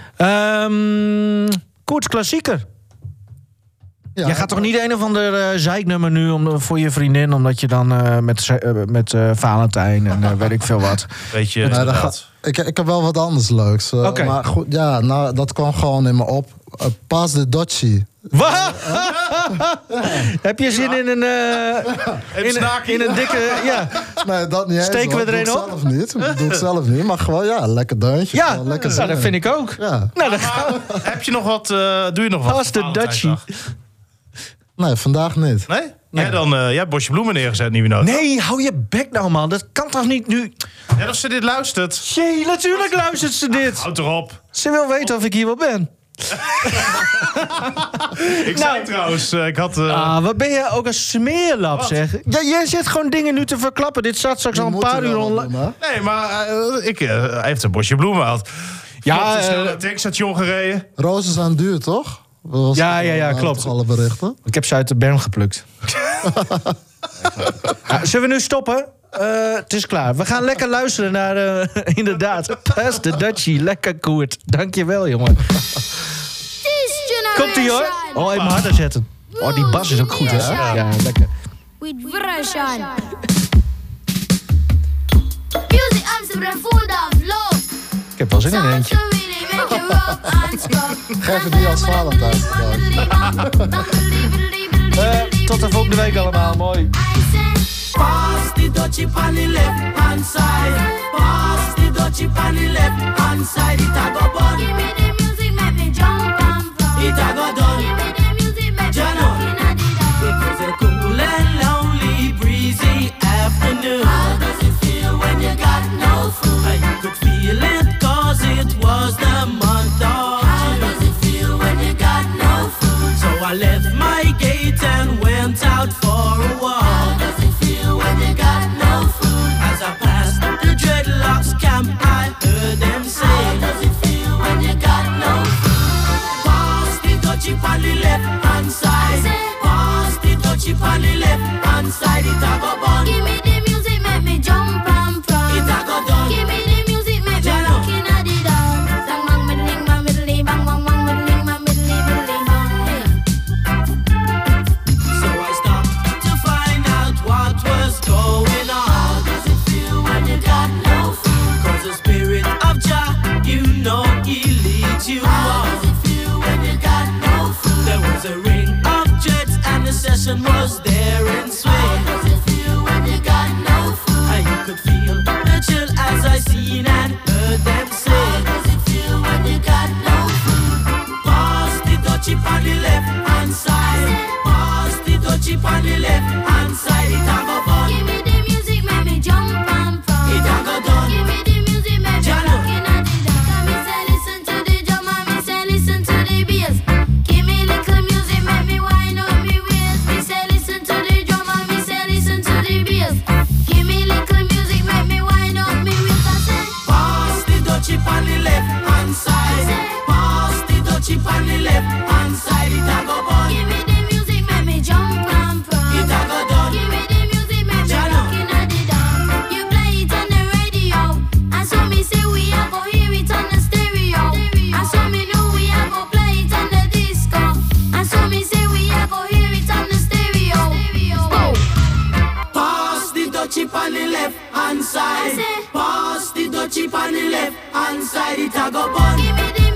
Koert, klassieker. Ja, jij gaat toch niet een of ander zeiknummer nu voor je vriendin... omdat je dan met Valentijn en weet ik veel wat... Weet je, ik heb wel wat anders leuks. Okay. Maar goed, dat kwam gewoon in me op. Pass de Dutchie. Wat? Heb je zin in een... in een dikke... Ja. Nee, dat niet eens. Steken we er een op? Zelf niet. Dat doe ik zelf niet. Maar gewoon, lekker deuntje. Ja, gewoon lekker dat vind ik ook. Ja. Nou, dan gaan we... Heb je nog wat... doe je nog wat? Pass de Dutchie. Nee, vandaag niet. Nee? Jij hebt bosje bloemen neergezet, nieuwe noot. Nee, hou je bek nou, man. Dat kan toch niet nu... Ja, als ze dit luistert. Jee, natuurlijk luistert ze dit. Houd erop. Ze wil weten of ik hier wel ben. Ik zei trouwens, ik had... Wat ben jij ook een smeerlap, zeg. Ja, jij zit gewoon dingen nu te verklappen. Dit staat straks al een paar uur online. Nee, maar hij heeft een bosje bloemen gehad. Ja, snel naar het tankstation gereden. Rozen zijn duur, toch? Ja, klopt. Alle berichten. Ik heb ze uit de berm geplukt. Zullen we nu stoppen? Het is klaar. We gaan lekker luisteren naar... inderdaad, Pass de Dutchie. Lekker Koert. Dankjewel, jongen. Komt-ie, hoor. Oh, even harder zetten. Oh, die bas is ook goed, hè? Ja, lekker. Version. Music Amsterdam full of love. Ik heb wel zin in eentje. Geef het niet als Valentijn. Tot de volgende week allemaal. Mooi. Pass the Dutchie on the left hand side. Pass the Dutchie on the left hand side. It a go bun. Give me the music, make me jump and fly. It a go done. Give me the music, make me looking at the It was a cool and lonely, breezy afternoon. How does it feel when you got no food? I could feel it 'cause it was the month of How does it feel when you got no food? So I left my gate and went out for a walk. How does it feel when you got no food? As I passed the dreadlocks camp, I heard them say, How does it feel when you got no food? pass the Dutchie on the left hand side. Pass the Dutchie on the left hand side. It a go bun. Give me the music, make me jump and fly. It a go done. Give me the music, make me looking at the dawn. Bang bang middling, bang middling, bang bang bang middling, bang middling, middling, bang. So I stopped to find out what was going on. How does it feel when you got no food? 'Cause the spirit of Jah, you know he leads you How on. does it feel when you got no food? There was a ring of jets and the session was there in swing. How does it feel when you got no food? And you could feel the chill as I seen and heard them say, How does it feel when you got no food? pass the Dutchie on the left hand side. Pass the Dutchie on the left hand side. It a go bun. Give me the music, make me jump and fly. It a go done. Give me the music, make me Jalo. looking at the dawn. Me say listen to the drum and me say listen to the bass. Give me little music, make me wind up me waist. Me say listen to the drum and me say listen to the bass. Give me little music, make me wind up me waist. I say Pass the Dutchie on the left hand side. Pass the Dutchie on the left hand side. It a go bun. give me the music, make me jump and fly. It a go done. Give me the music, make me Jalo. looking at the dawn. You play it on the radio, and so me say we a go hear it on the stereo. And so me know we a go play it on the disco. And so me say we a go hear it on the stereo. Pass the Dutchie on the left hand side. I say- Pass the Dutchie on the left hand side. It a go bun. Give me the